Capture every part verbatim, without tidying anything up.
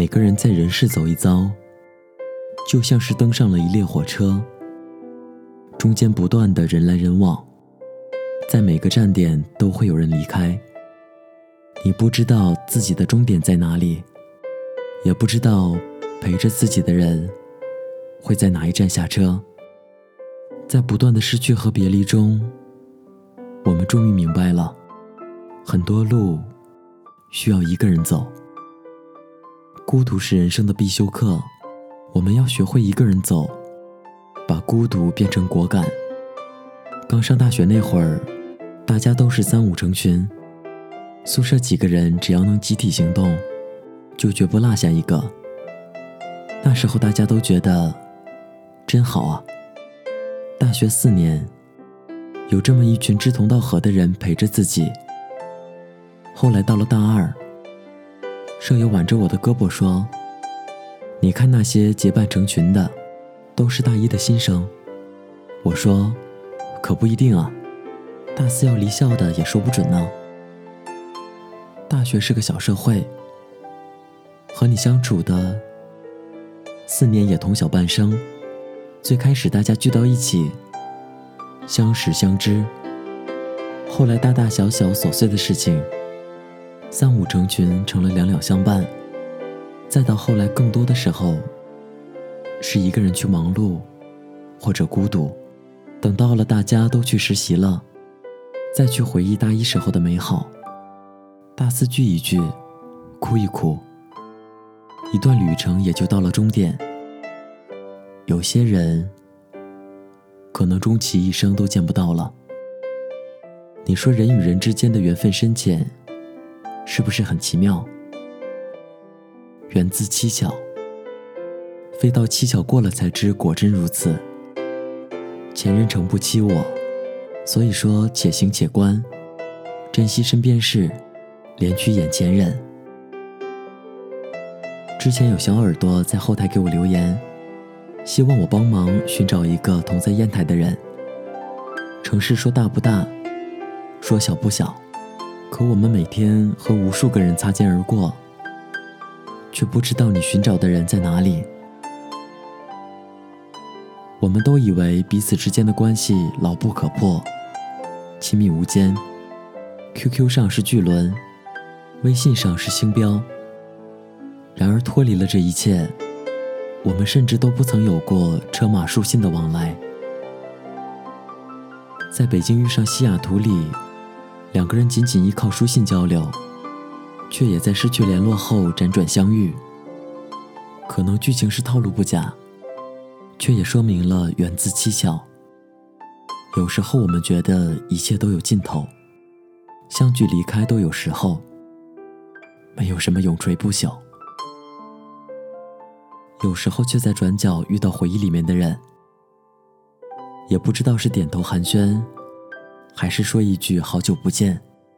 每个人在人世走一遭，就像是登上了一列火车，中间不断的人来人往，在每个站点都会有人离开。你不知道自己的终点在哪里，也不知道陪着自己的人会在哪一站下车。在不断的失去和别离中，我们终于明白了，很多路需要一个人走。孤独是人生的必修课，我们要学会一个人走，把孤独变成果敢。刚上大学那会儿，大家都是三五成群，宿舍几个人只要能集体行动，就绝不落下一个。那时候大家都觉得真好啊，大学四年，有这么一群志同道合的人陪着自己。后来到了大二，舍友挽着我的胳膊说，你看那些结伴成群的，都是大一的新生。我说，可不一定啊，大四要离校的也说不准呢。大学是个小社会，和你相处的四年也同小半生，最开始大家聚到一起，相识相知，后来大大小小琐碎的事情，三五成群成了两两相伴，再到后来更多的时候，是一个人去忙碌，或者孤独。等到了大家都去实习了，再去回忆大一时候的美好，大四聚一聚，哭一哭，一段旅程也就到了终点。有些人可能终其一生都见不到了。你说人与人之间的缘分深浅，是不是很奇妙？缘自蹊跷，非到蹊跷过了才知果真如此。前人诚不欺我，所以说且行且观，珍惜身边事，怜取眼前人。之前有小耳朵在后台给我留言，希望我帮忙寻找一个同在烟台的人。城市说大不大，说小不小，可我们每天和无数个人擦肩而过，却不知道你寻找的人在哪里。我们都以为彼此之间的关系牢不可破，亲密无间， Q Q 上是巨轮，微信上是星标。然而脱离了这一切，我们甚至都不曾有过车马书信的往来。在北京遇上西雅图里，两个人仅仅依靠书信交流，却也在失去联络后辗转相遇。可能剧情是套路不假，却也说明了缘自蹊跷。有时候我们觉得一切都有尽头，相聚离开都有时候，没有什么永垂不朽。有时候却在转角遇到回忆里面的人，也不知道是点头寒暄，还是说一句好久不见。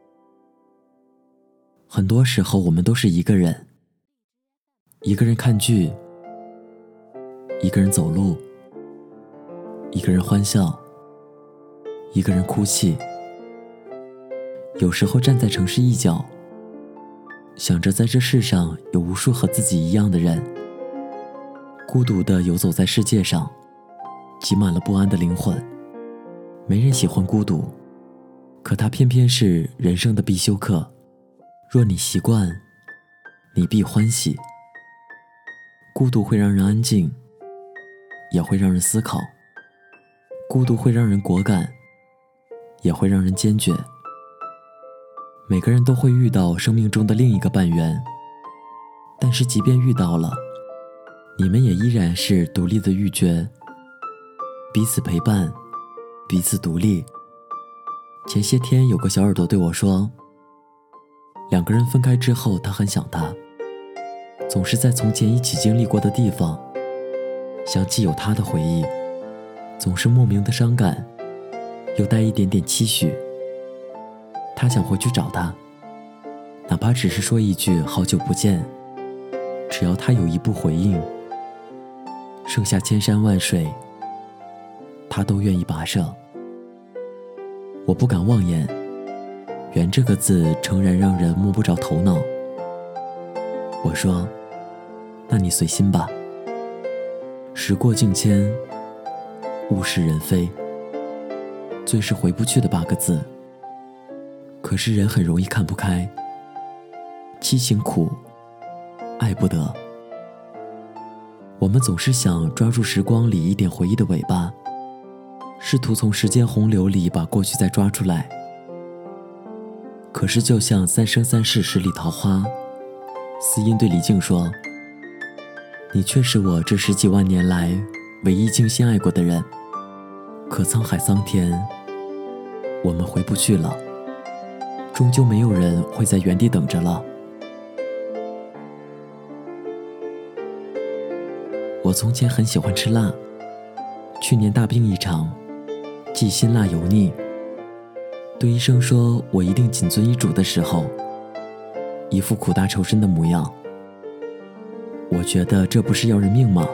很多时候我们都是一个人，一个人看剧，一个人走路，一个人欢笑，一个人哭泣。有时候站在城市一角，想着在这世上有无数和自己一样的人，孤独地游走在世界上，挤满了不安的灵魂。没人喜欢孤独，可它偏偏是人生的必修课。若你习惯，你必欢喜。孤独会让人安静，也会让人思考。孤独会让人果敢，也会让人坚决。每个人都会遇到生命中的另一个半圆，但是即便遇到了，你们也依然是独立的玉珏，彼此陪伴，彼此独立。前些天有个小耳朵对我说，两个人分开之后，他很想他，总是在从前一起经历过的地方想起有他的回忆，总是莫名的伤感，又带一点点期许。他想回去找他，哪怕只是说一句好久不见，只要他有一步回应，剩下千山万水，他都愿意跋涉。我不敢妄言，缘这个字诚然让人摸不着头脑。我说， 那你随心吧。时过境迁，物是人非，最是回不去的八个字。可是人很容易看不开，七情苦，爱不得。我们总是想抓住时光里一点回忆的尾巴，试图从时间洪流里把过去再抓出来。可是就像《三生三世十里桃花》，司音对李靖说，你却是我这十几万年来唯一精心爱过的人，可沧海桑田，我们回不去了，终究没有人会在原地等着了。我从前很喜欢吃辣，去年大病一场，忌辛辣油腻。对医生说我一定谨遵医嘱的时候，一副苦大仇深的模样。我觉得这不是要人命吗？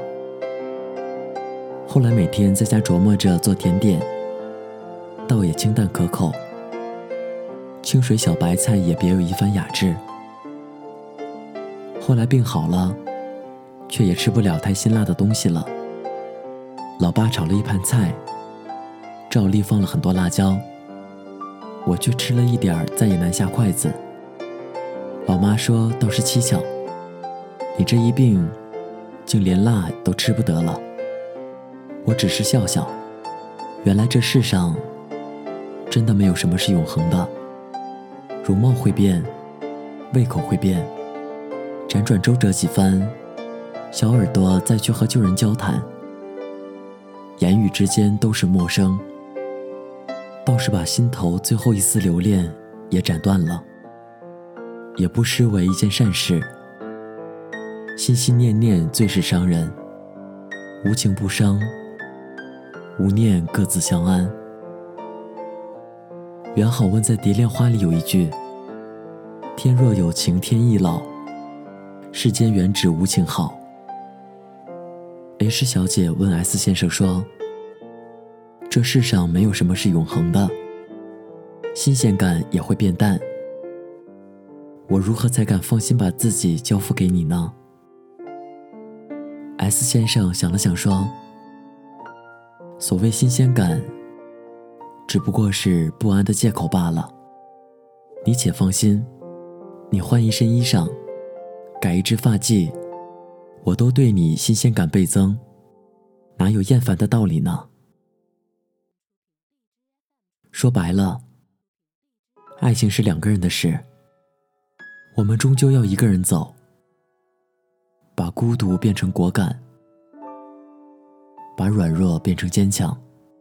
后来每天在家琢磨着做甜点，倒也清淡可口，清水小白菜也别有一番雅致。后来病好了，却也吃不了太辛辣的东西了。老爸炒了一盘菜，照例放了很多辣椒，我却吃了一点儿，再也难下筷子。老妈说倒是蹊跷，你这一病竟连辣都吃不得了。我只是笑笑，原来这世上真的没有什么是永恒的。容貌会变，胃口会变，辗转周折几番，小耳朵再去和旧人交谈，言语之间都是陌生，倒是把心头最后一丝留恋也斩断了，也不失为一件善事。心心念念最是伤人，无情不伤，无念各自相安。元好问在《蝶恋花》里有一句，天若有情天亦老，世间原只无情好。 H 小姐问 S 先生说，这世上没有什么是永恒的，新鲜感也会变淡，我如何才敢放心把自己交付给你呢？ S 先生想了想说，所谓新鲜感只不过是不安的借口罢了，你且放心，你换一身衣裳，改一支发髻，我都对你新鲜感倍增，哪有厌烦的道理呢？说白了，爱情是两个人的事，我们终究要一个人走，把孤独变成果敢，把软弱变成坚强。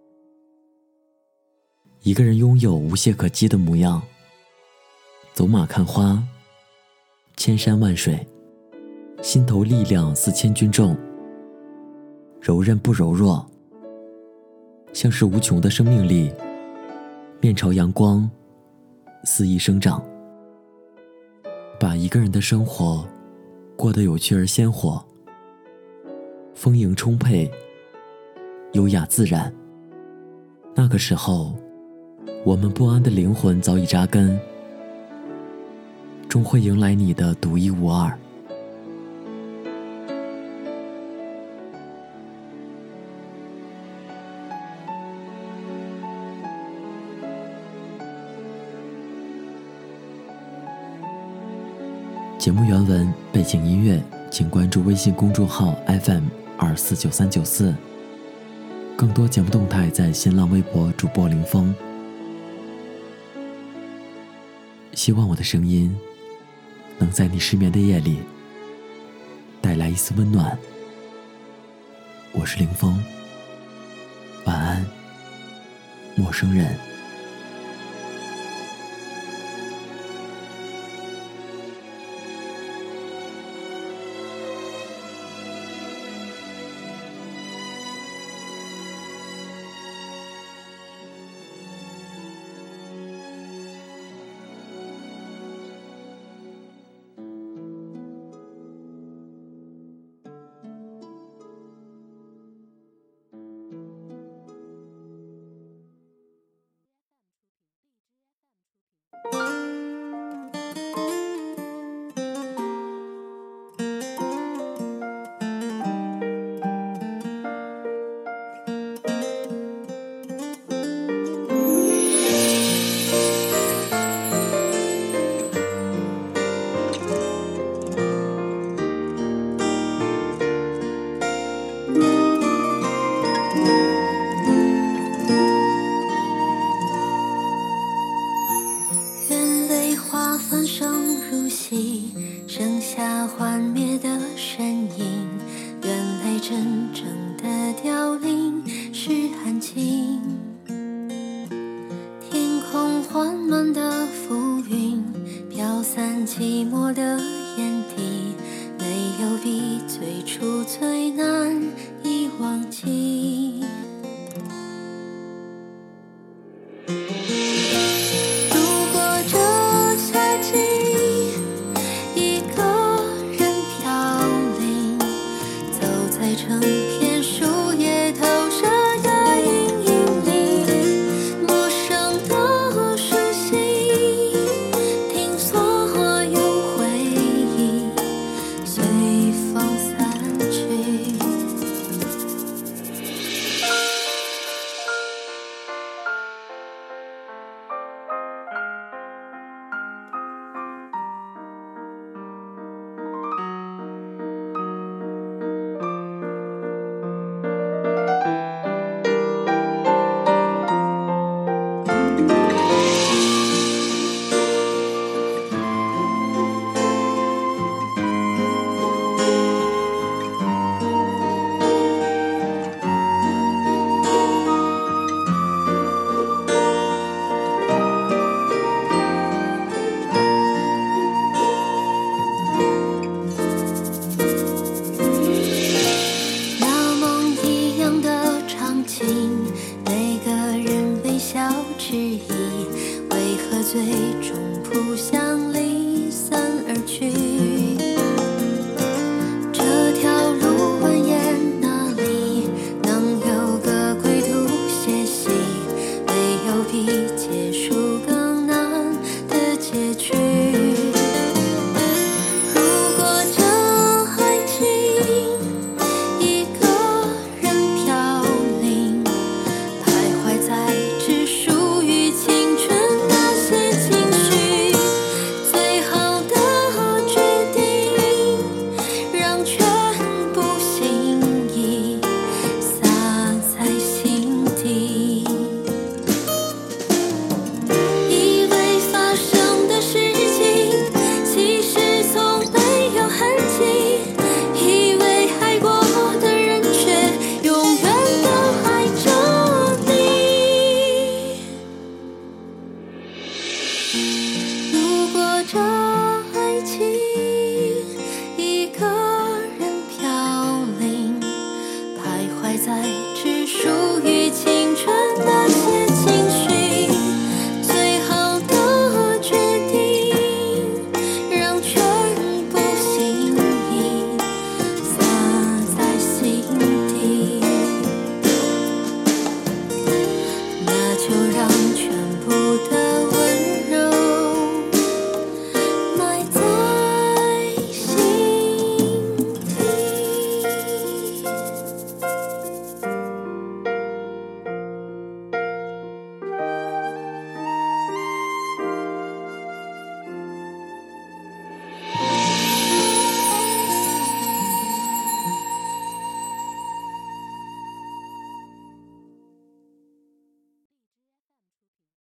一个人拥有无懈可击的模样，走马看花，千山万水，心头力量似千钧重，柔韧不柔弱，像是无穷的生命力，面朝阳光，肆意生长。把一个人的生活过得有趣而鲜活，丰盈充沛，优雅自然。那个时候，我们不安的灵魂早已扎根，终会迎来你的独一无二。节目原文、背景音乐，请关注微信公众号 F M 二四九三九四。更多节目动态在新浪微博主播林峰。希望我的声音能在你失眠的夜里带来一丝温暖。我是林峰，晚安，陌生人。